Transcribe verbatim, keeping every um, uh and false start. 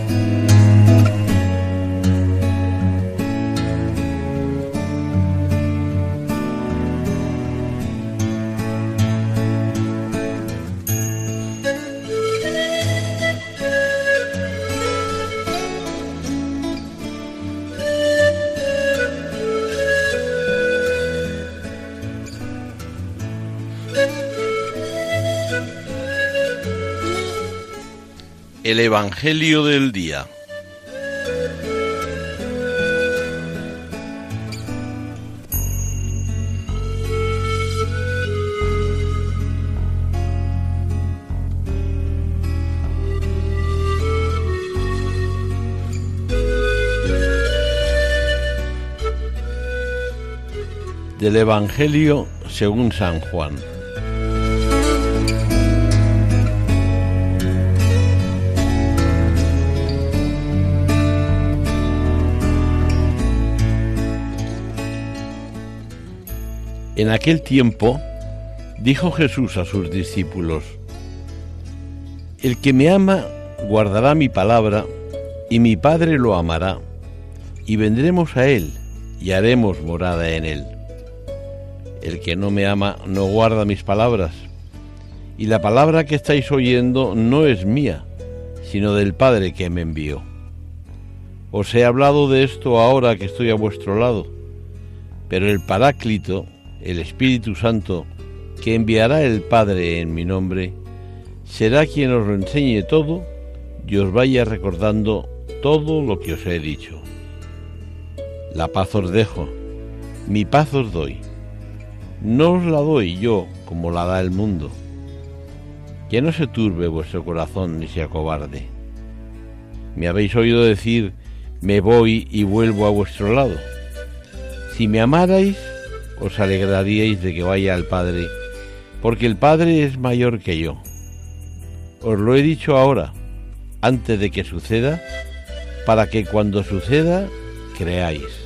El Evangelio del día. Del Evangelio según San Juan. En aquel tiempo dijo Jesús a sus discípulos: El que me ama guardará mi palabra, y mi Padre lo amará, y vendremos a él, y haremos morada en él. El que no me ama no guarda mis palabras, y la palabra que estáis oyendo no es mía, sino del Padre que me envió. Os he hablado de esto ahora que estoy a vuestro lado, pero el Paráclito, el Espíritu Santo, que enviará el Padre en mi nombre, será quien os lo enseñe todo y os vaya recordando todo lo que os he dicho. La paz os dejo, mi paz os doy. No os la doy yo como la da el mundo. Que no se turbe vuestro corazón ni se acobarde. Me habéis oído decir: me voy y vuelvo a vuestro lado. Si me amarais, os alegraríais de que vaya al Padre, porque el Padre es mayor que yo. Os lo he dicho ahora, antes de que suceda, para que cuando suceda, creáis.